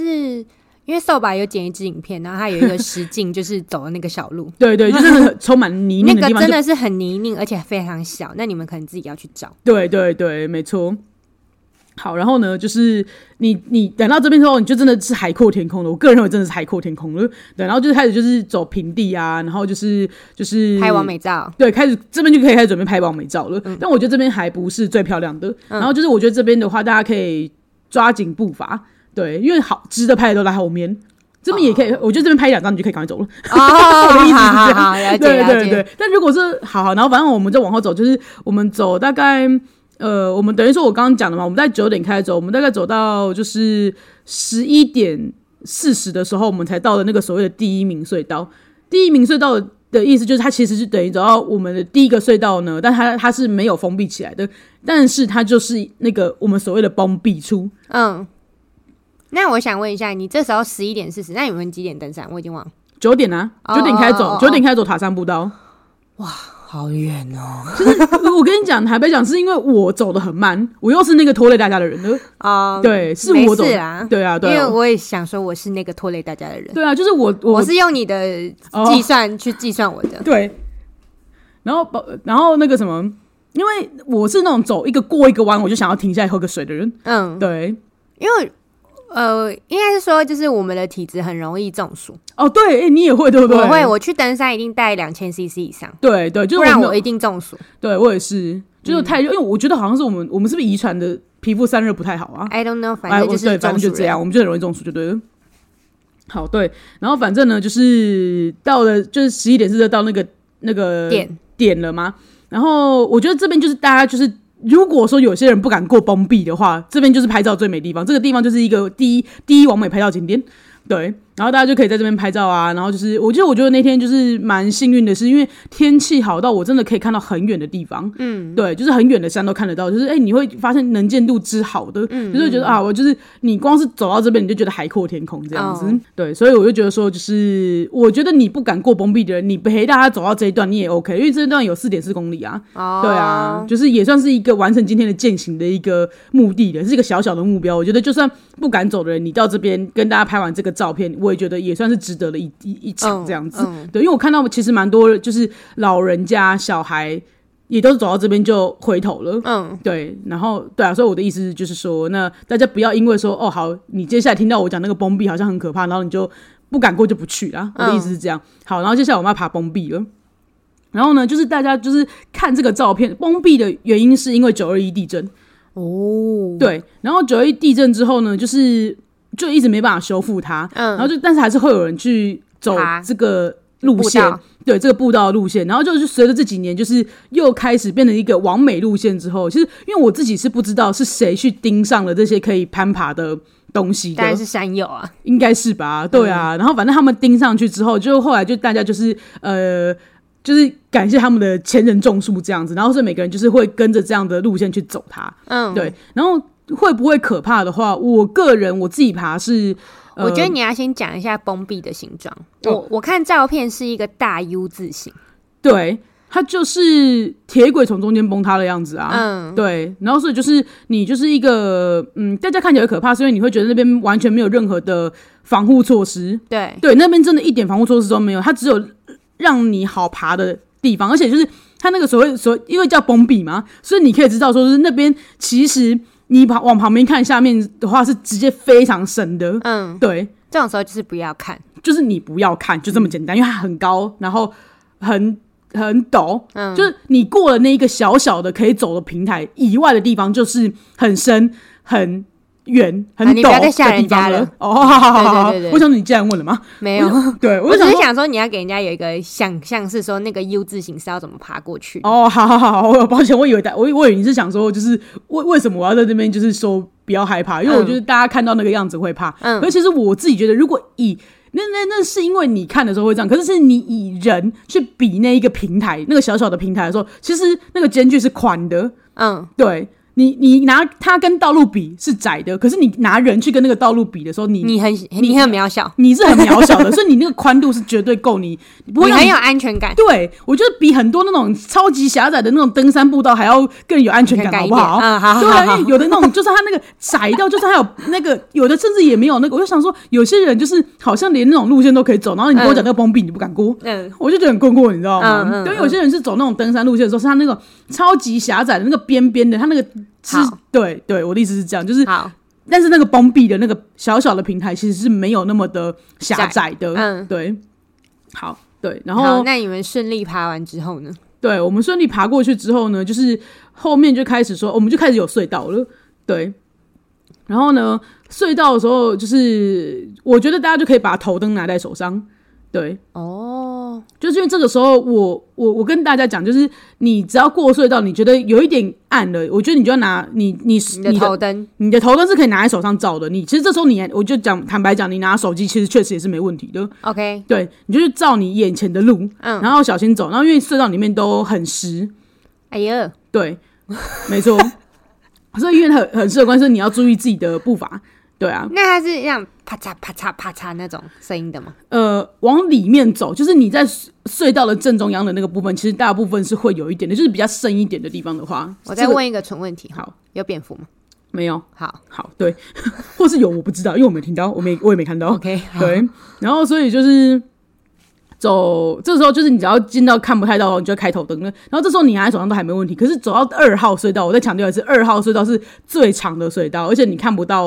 因为扫把有剪一支影片，然后它有一个实境，就是走的那个小路。 对对，就是很充满泥泞的地方， 那个真的是很泥泞，而且非常小。那你们可能自己要去找。 对对对，没错。好，然后呢，就是你你等到这边之后，你就真的是海阔天空了。我个人认为真的是海阔天空了。对，然后就是开始就是走平地啊，然后就是就是拍完美照。 对，开始这边就可以开始准备拍完美照了。嗯、但我觉得这边还不是最漂亮的。嗯、然后就是我觉得这边的话，大家可以抓紧步伐。对，因为好值得拍的都在后面，这边也可以。Oh. 我觉得这边拍两张你就可以赶快走了。哦、oh, ，我的意思是这样。好好了解对对对。但如果是好好，然后反正我们再往后走，就是我们走大概呃，我们等于说我刚刚讲的嘛，我们在九点开始走，我们大概走到就是十一点四十的时候，我们才到了那个所谓的第一名隧道。第一名隧道的意思就是它其实是等于走到我们的第一个隧道呢，但它它是没有封闭起来的，但是它就是那个我们所谓的封闭处。嗯。 那我想问一下，你这时候十一点四十，那你们几点登山？我已经忘了。 九点啊，九点开始走，九点开始走塔山步道。 哇，好远哦！ 就是我跟你讲，坦白讲，是因为我走得很慢，我又是那个拖累大家的人了。哦，对，是我走的啊，对啊，对啊。 因为我也想说，我是那个拖累大家的人。 对啊，就是我，我, 我是用你的计算、哦、去计算我的。 对，然后，然后那个什么，因为我是那种走一个过一个弯，我就想要停下来喝个水的人。嗯，对。 因为呃，应该是说，就是我们的体质很容易中暑。 哦，对，欸、你也会对不对？ 我会，我去登山一定带两千 C C 以上。 对对，就是、 不然我一定中暑。 对我也是，就是太热、嗯，因为我觉得好像是我们我们是不是遗传的皮肤散热不太好啊 ？I don't know， 反正就是中暑人、 哎、反正就这样，我们就很容易中暑，就对了。好，对，然后反正呢，就是到了就是十一点是到那个那个点点了嘛。然后我觉得这边就是大家就是。如果说有些人不敢过崩壁的话，这边就是拍照最美的地方。这个地方就是一个第一第一完美拍照景点，对。然后大家就可以在这边拍照啊。然后就是，我觉得我觉得那天就是蛮幸运的是，因为天气好到我真的可以看到很远的地方，嗯，对，就是很远的山都看得到。就是哎、欸，你会发现能见度之好的，嗯，就是觉得啊，我就是你光是走到这边，你就觉得海阔天空这样子，哦、对。所以我就觉得说，就是我觉得你不敢过崩壁的人，你陪大家走到这一段你也 OK， 因为这一段有 四点四公里啊，哦，对啊，就是也算是一个完成今天的健行的一个目的的，是一个小小的目标。我觉得就算不敢走的人，你到这边跟大家拍完这个照片，我也觉得也算是值得的一一一场这样子、嗯嗯。对，因为我看到其实蛮多就是老人家、小孩也都是走到这边就回头了。嗯，对，然后对啊，所以我的意思就是说，那大家不要因为说哦好，你接下来听到我讲那个崩壁好像很可怕，然后你就不敢过就不去啦。我的意思是这样。嗯、好，然后接下来我们要爬崩壁了。然后呢，就是大家就是看这个照片，崩壁的原因是因为九二一地震。哦，对，然后九二一地震之后呢，就是就一直没办法修复它，嗯，然后就但是还是会有人去走这个路线，对，这个步道的路线，然后就是随着这几年就是又开始变成一个完美路线之后，其实因为我自己是不知道是谁去盯上了这些可以攀爬的东西的， 当然是山友啊， 应该是吧，对啊，嗯、然后反正他们盯上去之后，就后来就大家就是呃。就是感谢他们的前人种树这样子，然后所以每个人就是会跟着这样的路线去走它，嗯，对。然后会不会可怕的话，我个人我自己爬是， 呃、我觉得你要先讲一下崩壁的形状。我、哦、我看照片是一个大 U 字形， 对，它就是铁轨从中间崩塌的样子啊，嗯，对。然后所以就是你就是一个，嗯，大家看起来可怕，是因为你会觉得那边完全没有任何的防护措施， 对， 对，那边真的一点防护措施都没有，它只有让你好爬的地方，而且就是它那个所谓所因为叫崩壁嘛，所以你可以知道说，就是那边其实你往旁边看下面的话是直接非常深的，嗯，对， 这种时候就是不要看， 就是你不要看，就这么简单，嗯、因为它很高，然后很很陡，嗯，就是你过了那一个小小的可以走的平台以外的地方，就是很深很。远很陡、啊、 你不要再吓人家了哦！好好好好好，对对对对，我想你既然问了吗？ 没有， 我对我只是想说你要给人家有一个想象，是说那个 U 字形是要怎么爬过去。 哦，好好好，我抱歉，我以为我我以为你是想说，就是为为什么我要在这边，就是说不要害怕，因为我觉得大家看到那个样子会怕。嗯，可是其实我自己觉得，如果以那那那是因为你看的时候会这样，可是是你以人去比那一个平台，那个小小的平台的时候，其实那个间距是宽的。嗯，对。你你拿它跟道路比是窄的，可是你拿人去跟那个道路比的时候，你你很你很渺小， 你是很渺小的，所以你那个宽度是绝对够你，不会你很有安全感。 对，我觉得比很多那种超级狭窄的那种登山步道还要更有安全感，好不好？ 嗯，好好好。 对啊，因为有的那种就是它那个窄到，就是它有那个有的甚至也没有那个，我就想说，有些人就是好像连那种路线都可以走，然后你跟我讲那个崩壁，你不敢过，嗯，我就觉得很困惑，你知道吗？嗯嗯。对，有些人是走那种登山路线的时候，是他那个超级狭窄的那个边边的，他那个。是，对对，我的意思是这样，就是好，但是那个崩壁的那个小小的平台其实是没有那么的狭窄的，嗯，对，好，对，然后那你们顺利爬完之后呢？ 对，我们顺利爬过去之后呢，就是后面就开始说，我们就开始有隧道了，对，然后呢，隧道的时候，就是我觉得大家就可以把头灯拿在手上。对哦，就是因为这个时候我我我跟大家讲，就是你只要过隧道，你觉得有一点暗了，我觉得你就要拿你你你的头灯， 你的头灯是可以拿在手上照的。你其实这时候你我就讲坦白讲，你拿手机其实确实也是没问题的。 OK， 对，你就去照你眼前的路，嗯，然后小心走，然后因为隧道里面都很湿， 哎呀， 对，没错，所以因为很很湿的关系，你要注意自己的步伐。对啊， 那它是这样啪嚓啪嚓啪嚓那种声音的吗？ 呃，往里面走，就是你在隧道的正中央的那个部分，其实大部分是会有一点的，就是比较深一点的地方的话。 我再问一个蠢问题， 好， 有蝙蝠吗？ 没有。 好， 好，对，或是有我不知道，因为我没听到，我没我也没看到。 OK， 对，然后所以就是走，这时候就是你只要进到看不太到，你就会开头灯了。然后这时候你拿在手上都还没问题，可是走到二号隧道，我再强调一次，二号隧道是最长的隧道，而且你看不到。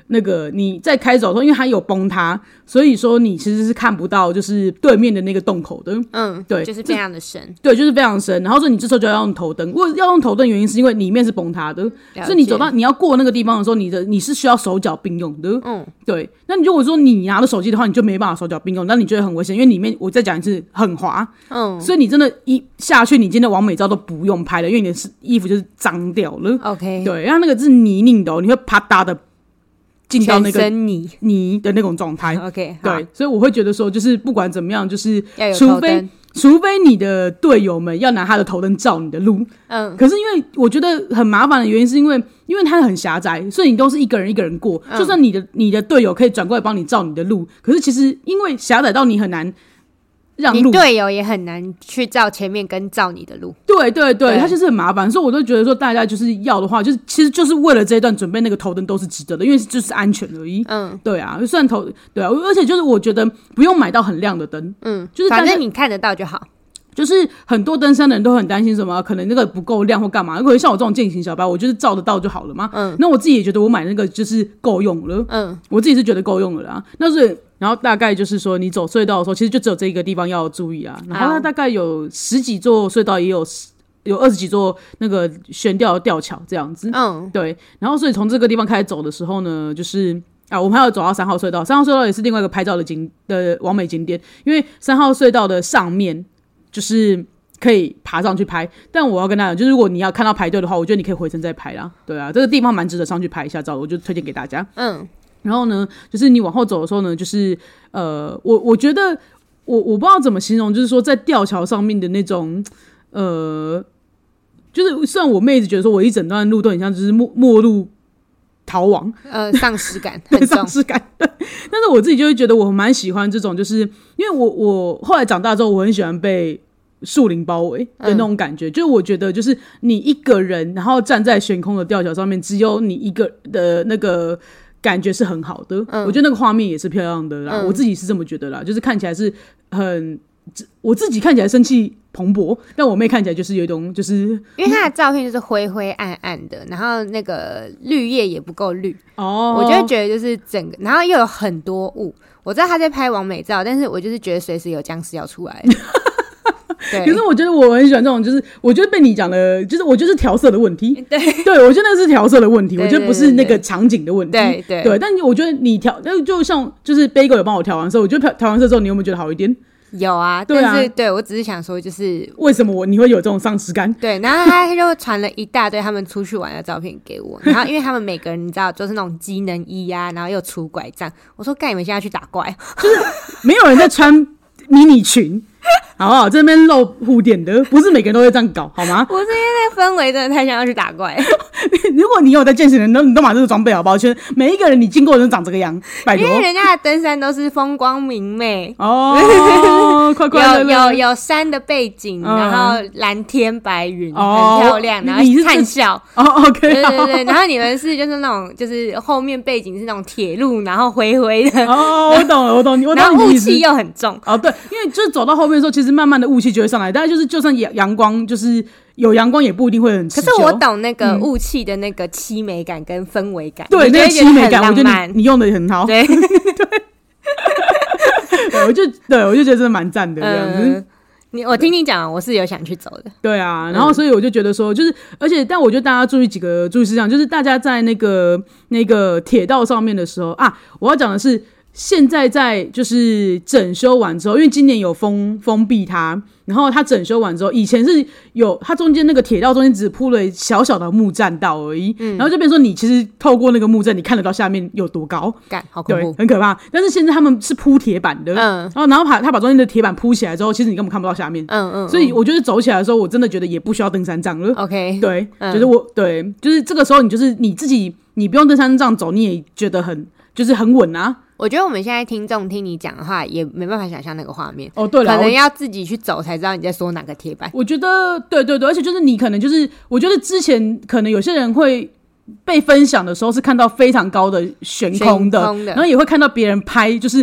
那个你在开走的时候，因为它有崩塌，所以说你其实是看不到就是对面的那个洞口的。 嗯，对，就是非常的深。 对，就是非常深。然后说你这时候就要用头灯，我要用头灯原因是因为里面是崩塌的，所以你走到你要过那个地方的时候，你的你是需要手脚并用的。嗯，对。那你如果说你拿着手机的话，你就没办法手脚并用，那你觉得很危险，因为里面我再讲一次很滑。嗯，所以你真的，一下去，你今天的完美照都不用拍了，因为你的衣服就是脏掉了。 OK， 对，然后那个是泥泞的、哦，你会啪嗒的。进到那个泥泥的那种状态 ，OK， 对，所以我会觉得说，就是不管怎么样，就是要有除非除非你的队友们要拿他的头灯照你的路，嗯，可是因为我觉得很麻烦的原因，是因为因为它很狭窄，所以你都是一个人一个人过，嗯、就算你的你的队友可以转过来帮你照你的路，可是其实因为狭窄到你很难。让路你队友也很难去照前面跟照你的路， 对对对，它就是很麻烦，所以我都觉得说大家就是要的话，就是其实就是为了这一段准备那个头灯都是值得的，因为就是安全而已。嗯，对啊，虽然头对啊，而且就是我觉得不用买到很亮的灯，嗯，就是反正你看得到就好。 就是很多登山的人都很担心什么，可能那个不够亮或干嘛。如果像我这种健行小白，我就是照得到就好了嘛。嗯，那我自己也觉得我买那个就是够用了。嗯，我自己是觉得够用了啦。那是。然后大概就是说，你走隧道的时候，其实就只有这一个地方要注意啊。然后它大概有十几座隧道，也有有二十几座那个悬吊的吊桥这样子。嗯，对。然后所以从这个地方开始走的时候呢，就是啊，我们还要走到三号隧道。三号隧道也是另外一个拍照的景的完美景点，因为三号隧道的上面就是可以爬上去拍。但我要跟大家讲，就是如果你要看到排队的话，我觉得你可以回程再拍啦。对啊，这个地方蛮值得上去拍一下照的，我就推荐给大家。嗯。然后呢，就是你往后走的时候呢，就是呃，我我觉得我我不知道怎么形容，就是说在吊桥上面的那种呃，就是虽然我妹一直觉得说我一整段路都很像就是末末路逃亡， 呃，丧尸感很重， 丧尸感。但是我自己就会觉得我蛮喜欢这种，就是因为我我后来长大之后，我很喜欢被树林包围的那种感觉，嗯、就是我觉得就是你一个人，然后站在悬空的吊桥上面，只有你一个的那个。感觉是很好的、嗯、我觉得那个画面也是漂亮的啦、嗯、我自己是这么觉得啦，就是看起来是很我自己看起来生气蓬勃，但我妹看起来就是有一种就是因为她的照片就是灰灰暗暗的，然后那个绿叶也不够绿哦，我就会觉得就是整个，然后又有很多雾，我知道她在拍完美照，但是我就是觉得随时有僵尸要出来可是我觉得我很喜欢这种，就是我觉得被你讲的，就是我觉得是调色的问题。 对， 对我觉得那是调色的问题，我觉得不是那个场景的问题。 对对对, 对，但我觉得你调，就像就是Bagel有帮我调完色，我觉得调完色之后，你有没有觉得好一点？ 有啊，对啊，但是对我只是想说，就是为什么我你会有这种丧尸感？ 对，然后他就传了一大堆他们出去玩的照片给我，然后因为他们每个人你知道，就是那种机能衣啊，然后又出拐杖，我说干，你们现在去打怪， 就是没有人在穿迷你裙。好不好？这边露护垫的，不是每个人都会这样搞，好吗？ 不是因为那个氛围真的太想要去打怪。 如果你有在健行的人，你都买这个装备好不好？全每一个人你经过的人长这个样，拜托。 因为人家的登山都是风光明媚哦，快快乐乐， 有有有山的背景，嗯、然后蓝天白云、哦、很漂亮，然后灿笑。 哦 ，OK， 对对对，然后你们是就是那种就是后面背景是那种铁路，然后灰灰的。 哦，我懂了，我懂你，我懂你。 然后雾气又很重。 哦，对，因为就是走到后面的时候，其实慢慢的雾气就会上来，但是就是就算阳光就是有阳光，也不一定会很持久。 可是我懂那个雾气的那个凄美感跟氛围感， 对、嗯，那个凄美感，我觉得你你用的很好。 对对，对，我就对我就觉得真的蛮赞的这样子。嗯你我听你讲，我是有想去走的。 对啊，然后所以我就觉得说，就是而且，但我觉得大家注意几个注意事项，就是大家在那个那个铁道上面的时候啊，我要讲的是。现在在就是整修完之后，因为今年有封封闭它，然后它整修完之后，以前是有它中间那个铁道中间只铺了小小的木栈道而已，嗯、然后就变成说你其实透过那个木栈，你看得到下面有多高， 干好恐怖， 对，很可怕。但是现在他们是铺铁板的，嗯，然后然后把他把中间的铁板铺起来之后，其实你根本看不到下面，嗯嗯，所以我觉得走起来的时候，我真的觉得也不需要登山杖了。 OK， 对，嗯、就是我对，就是这个时候你就是你自己，你不用登山杖走，你也觉得很就是很稳啊。 我觉得我们现在听众听你讲的话，也没办法想象那个画面。 哦，对了， 可能要自己去走才知道你在说哪个铁板。 我觉得，对对对，而且就是你可能就是，我觉得之前可能有些人会被分享的时候是看到非常高的悬空的， 悬空的然后也会看到别人拍，就是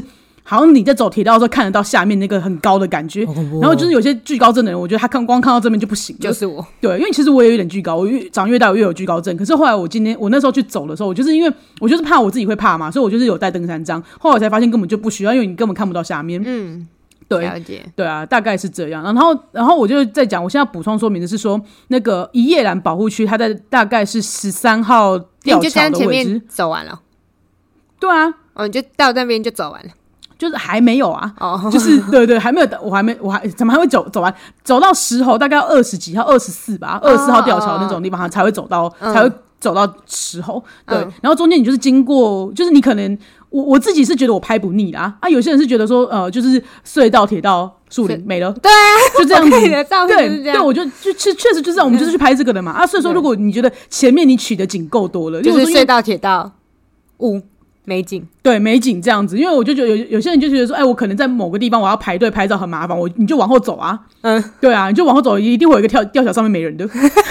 好像你在走铁道的时候看得到下面那个很高的感觉，然后就是有些惧高症的人，我觉得他看光看到这边就不行了， 就是我， 对，因为其实我也有点惧高，我越长越大我越有惧高症，可是后来我今天我那时候去走的时候，我就是因为我就是怕我自己会怕嘛，所以我就是有带登山杖，后来我才发现根本就不需要，因为你根本看不到下面，嗯。对，了解，对啊，大概是这样。然后，然后我就在讲，我现在补充说明的是说，那个一叶兰保护区，它在大概是十三号吊桥的位置。你就这样前面走完了？ 对啊， 哦，你就到那边就走完了。 就是还没有啊，哦，就是对对，还没有，我还没，我还怎么还会走走完？走到石头大概要二十几号，二十四吧，二十四号吊桥那种地方才会走到，嗯、才会走到石头。对，嗯、然后中间你就是经过，就是你可能。我我自己是觉得我拍不腻啦，啊，有些人是觉得说，呃，就是隧道、铁道、树林没了， 对啊， 就这样子。 你的照片是这样， 对，对，我就就确确实就是这样，我们就是去拍这个的嘛，啊，所以说如果你觉得前面你取的景够多了， 就是隧道、铁道、雾、美景， 对，美景这样子，因为我就觉得有有些人就觉得说，哎，我可能在某个地方我要排队拍照很麻烦，我你就往后走啊，嗯，对啊，你就往后走，一定会有一个跳吊桥上面没人的。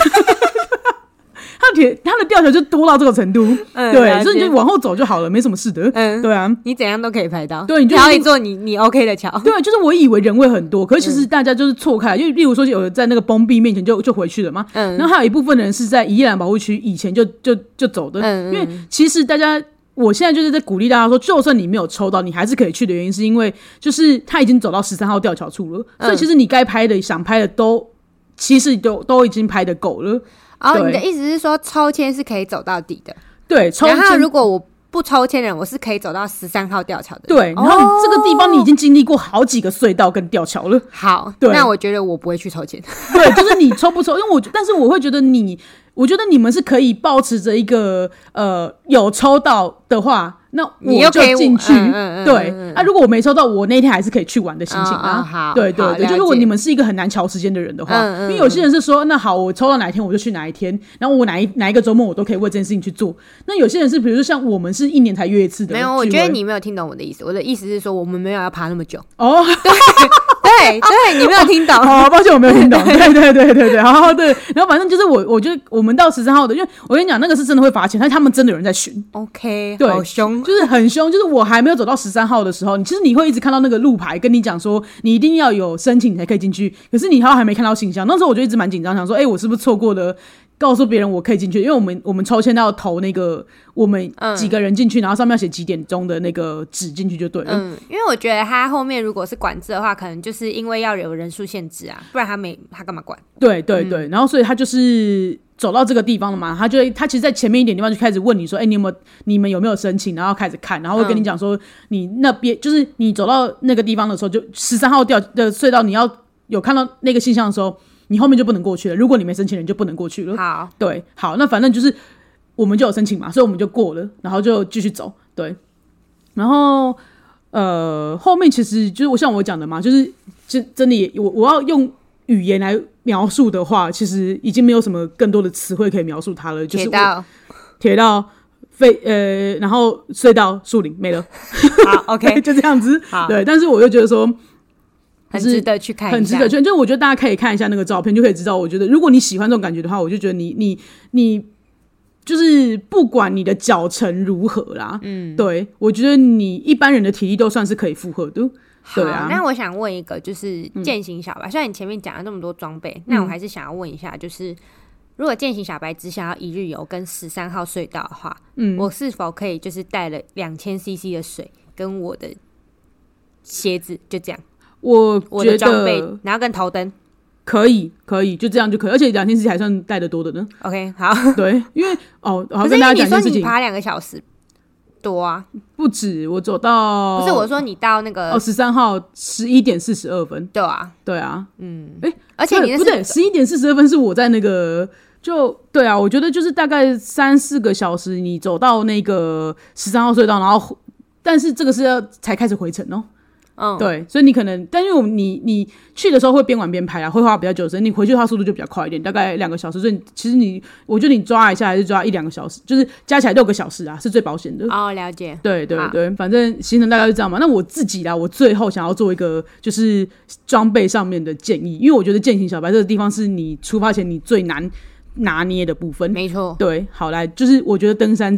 它的铁，它的吊桥就多到这个程度，嗯、对，所以你就往后走就好了，没什么事的。嗯，对啊， 你怎样都可以拍到。 对，你就挑一座你你 OK 的桥。 对，就是我以为人会很多，可是其实大家就是错开，就例如说有人在那个崩壁面前就就回去了嘛。嗯，然后还有一部分人是在宜兰保护区以前就就就走的，嗯，因为其实大家。我现在就是在鼓励大家说，就算你没有抽到，你还是可以去的原因，是因为就是他已经走到十三号吊桥处了，嗯、所以其实你该拍的、想拍的都，其实都都已经拍的够了。 哦，你的意思是说抽签是可以走到底的？ 对，抽签。 然后如果我不抽签人，我是可以走到十三号吊桥的。 对，然后你这个地方你已经经历过好几个隧道跟吊桥了。 好，对，那我觉得我不会去抽签。 对，就是你抽不抽，因为我但是我会觉得你。我觉得你们是可以抱持着一个呃有抽到的话，那我就进去。嗯嗯嗯、对，嗯、啊，如果我没抽到，我那天还是可以去玩的心情啊。哦哦、好，对对对，就如果你们是一个很难调时间的人的话，嗯嗯、因为有些人是说，那好，我抽到哪一天我就去哪一天，然后我哪一哪一个周末我都可以为这件事情去做。那有些人是，比如说像我们是一年才约一次的。 没有，我觉得你没有听懂我的意思。我的意思是说，我们没有要爬那么久。哦，对。对对，你没有听懂， 好，抱歉我没有听懂。对对对对对，好对。然后反正就是我，我觉得我们到十三号的，因为我跟你讲，那个是真的会罚钱，但是他们真的有人在巡。 OK， 对， 好凶， 就是很凶。就是我还没有走到十三号的时候，你其实你会一直看到那个路牌跟你讲说，你一定要有申请你才可以进去。可是你还没看到信箱，那时候我就一直蛮紧张，想说，哎、欸，我是不是错过了？告诉别人我可以进去，因为我们我们抽签要投那个我们几个人进去，嗯、然后上面要写几点钟的那个纸进去就对了。 嗯，因为我觉得他后面如果是管制的话，可能就是因为要有人数限制啊，不然他没他干嘛管？ 对对对，嗯、然后所以他就是走到这个地方了嘛，他就他其实，在前面一点地方就开始问你说，哎、欸，你有没有你们有没有申请？然后开始看，然后会跟你讲说，嗯、你那边就是你走到那个地方的时候，就十三号吊的隧道，你要有看到那个信箱的时候。你后面就不能过去了，如果你没申请人就不能过去了。 好， 对，好，那反正就是我们就有申请嘛，所以我们就过了，然后就继续走，对，然后呃后面其实就是我像我讲的嘛，就是就真的也我我要用语言来描述的话，其实已经没有什么更多的词汇可以描述它了，就是铁道、 铁道、飞呃，然后隧道、树林没了， 好，OK， 就这样子，对，但是我就觉得说。 很值得去看一下， 很值得去，就是我觉得大家可以看一下那个照片，就可以知道。我觉得如果你喜欢这种感觉的话，我就觉得你你你就是不管你的脚程如何啦，嗯，对我觉得你一般人的体力都算是可以负荷的。对啊， 那我想问一个，就是健行小白，虽然你前面讲了那么多装备，那我还是想要问一下，就是如果健行小白只想要一日游跟十三号隧道的话，嗯，我是否可以就是带了两千 C C 的水跟我的鞋子，就这样？ 我觉得我的装备，然后跟头灯可以，可以，就这样就可以，而且两千 C C 还算带得多的呢。 OK， 好， 对，因为哦，好跟大家讲一件事情， 可是你说你爬两个小时多啊， 不止，我走到不是我说你到那个哦十三号十一点四十二分， 对啊， 对啊，嗯，哎、欸， 而且你那不对，十一点四十二分是我在那个。就对啊，我觉得就是大概三四个小时，你走到那个十三号隧道，然后但是这个是要才开始回程哦。嗯，对，所以你可能，但因为我们你你去的时候会边玩边拍啊，会花比较久的时间，你回去的话速度就比较快一点，大概两个小时。所以其实你，我觉得你抓一下还是抓一两个小时，就是加起来六个小时啊，是最保险的。 哦，了解。 对对对，反正行程大概是这样嘛。那我自己啦，我最后想要做一个就是装备上面的建议，因为我觉得健行小白这个地方是你出发前你最难拿捏的部分。 没错。 对，好来，就是我觉得登山杖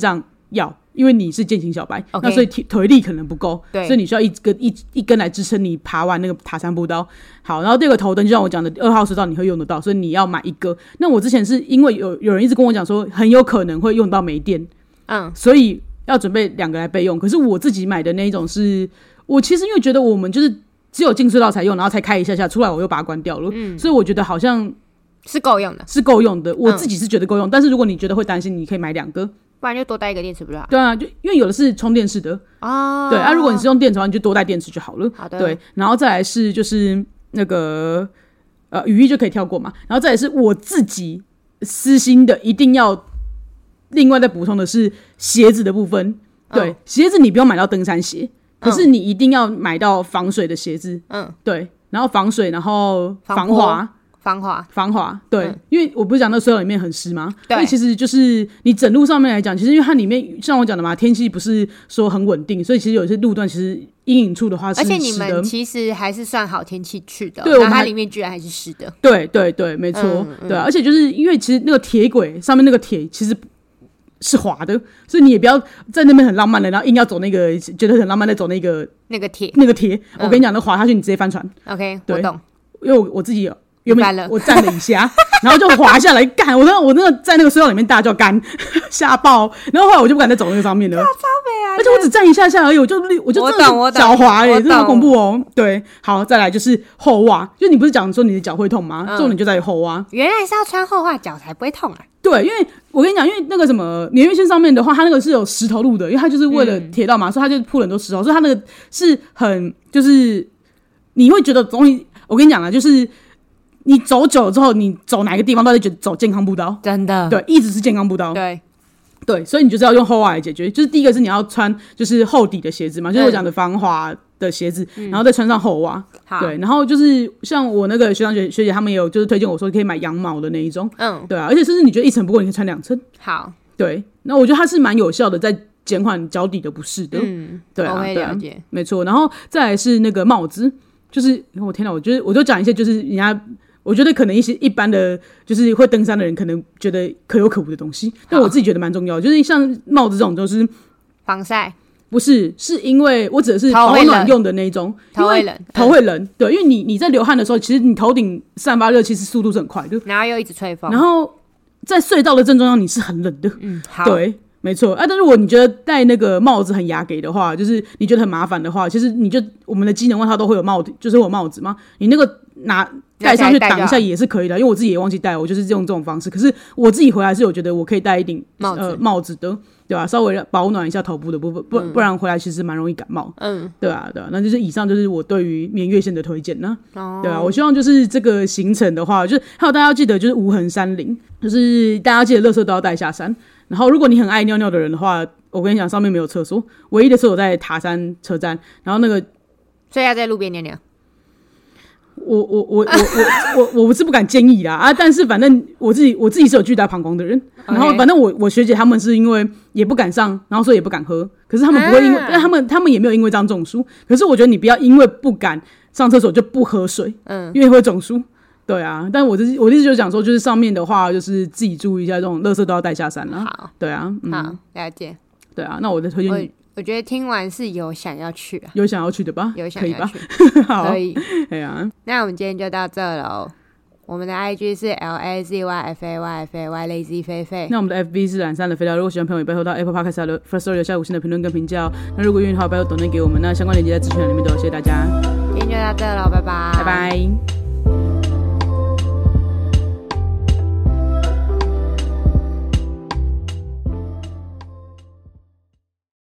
要，因为你是健行小白， okay. 那所以腿力可能不够， 对， 所以你需要一根一一根来支撑你爬完那个塔山步道。好，然后第二个头灯就像我讲的二号隧道你会用得到，所以你要买一个。那我之前是因为有有人一直跟我讲说很有可能会用到没电，嗯，所以要准备两个来备用。可是我自己买的那一种是，我其实因为觉得我们就是只有进隧道才用，然后才开一下下，出来我又把它关掉了，嗯，所以我觉得好像是够用的， 是够用的。我自己是觉得够用，嗯，但是如果你觉得会担心，你可以买两个。 不然就多带一个电池不就好？ 对啊，就因为有的是充电式的哦。对啊，如果你是用电池的话，你就多带电池就好了。 好的。 对，然后再来是就是那个呃雨衣就可以跳过嘛，然后再来是我自己私心的一定要另外再补充的是鞋子的部分。对，哦，鞋子你不用买到登山鞋，可是你一定要买到防水的鞋子。嗯，对，然后防水，然后防滑。 防滑， 防滑，对，嗯，因为我不是讲那隧道里面很湿吗？对，所以其实就是你整路上面来讲，其实因为它里面像我讲的嘛，天气不是说很稳定，所以其实有些路段其实阴影处的话是湿的。而且你们其实还是算好天气去的，对，然后它里面居然还是湿的。 对对对，没错，嗯嗯，对，啊，而且就是因为其实那个铁轨上面那个铁其实是滑的，所以你也不要在那边很浪漫的，然后硬要走那个觉得很浪漫的走那个那个铁那个铁，嗯，我跟你讲，那滑下去你直接翻船。 OK， 我懂， 因为我我自己有。原本我站了一下，然后就滑下来，干！我那我那个在那个隧道里面大叫干，吓爆！然后后来我就不敢再走那个上面了，而且我只站一下下而已，我就我就真的脚滑耶，真的好恐怖哦。对，好，再来就是后袜，就你不是讲说你的脚会痛吗？重点就在于后袜， 原来是要穿后袜脚才不会痛啊。 对，因为我跟你讲，因为那个什么年月线上面的话，它那个是有石头路的，因为它就是为了铁道嘛，嗯，所以它就铺了很多石头，所以它那个是很就是你会觉得东西，我跟你讲啊，就是。你走久了之后，你走哪个地方都会觉得走健康步道， 真的， 对，一直是健康步道， 对， 对，所以你就是要用后袜来解决。就是第一个是你要穿就是厚底的鞋子嘛，就是我讲的防滑的鞋子，嗯，然后再穿上后袜，对，然后就是像我那个学长学学姐他们也有就是推荐我说可以买羊毛的那一种，嗯，对啊，而且甚至你觉得一层不够，你可以穿两层， 好， 对，那我觉得它是蛮有效的，在减缓脚底的不适的， 嗯， 对啊， 我会了解，没错，然后再来是那个帽子，就是我天哪，我觉得我就讲一些就是人家。我觉得可能一些一般的就是会登山的人可能觉得可有可无的东西，但我自己觉得蛮重要的，就是像帽子这种都是防晒， 不是，是因为我指的是保暖用的那种， 头会冷， 头会冷，对，因为你你在流汗的时候，其实你头顶散发热气，其实速度是很快的， 然后又一直吹风， 然后在隧道的正中央你是很冷的， 嗯，好， 对。没错啊，但如果你觉得戴那个帽子很雅给的话，就是你觉得很麻烦的话，其实你就我们的机能外套都会有帽子，就是会有帽子嘛，你那个拿戴上去挡一下也是可以的，因为我自己也忘记戴，我就是用这种方式。可是我自己回来是有觉得我可以戴一顶帽子、呃、帽子的，对吧、啊？稍微保暖一下头部的部分，不、嗯、不然回来其实蛮容易感冒。嗯，对啊，对啊，那就是以上就是我对于绵月线的推荐呢。哦，对啊，我希望就是这个行程的话，就是还有大家要记得就是无痕山林，就是大家记得垃圾都要带下山。然后如果你很爱尿尿的人的话，我跟你讲，上面没有厕所，唯一的厕所在塔山车站，然后那个， 所以要在路边尿尿。 我我我我我我我不是不敢建议啦啊，但是反正我自己我自己是有巨大膀胱的人， okay. 然后反正我我学姐他们是因为也不敢上，然后所以也不敢喝，可是他们不会因为，啊、但他们他们也没有因为这样中暑，可是我觉得你不要因为不敢上厕所就不喝水，嗯，因为会中暑。对啊，但我的我的意思就是讲说，就是上面的话，就是自己注意一下，这种垃圾都要带下山了。好，对啊， 嗯、好，了解。 对啊，那我的推荐， 我我觉得听完是有想要去啊， 有想要去的吧？ 有想要去， 可以吧？好， 可以。 对啊， 那我们今天就到这了。我们的 I G 是 L A Z Y F A Y F A Y Lazy 菲菲。 那我们的 F B 是懒散的肥料。如果喜欢朋友，也拜托到 Apple Podcast 的 First Story 留下五星的评论跟评价哦。那如果愿意的话，拜托抖内给我们。那相关链接在资讯栏里面都有，谢谢大家。 今天就到这了，拜拜， 拜拜。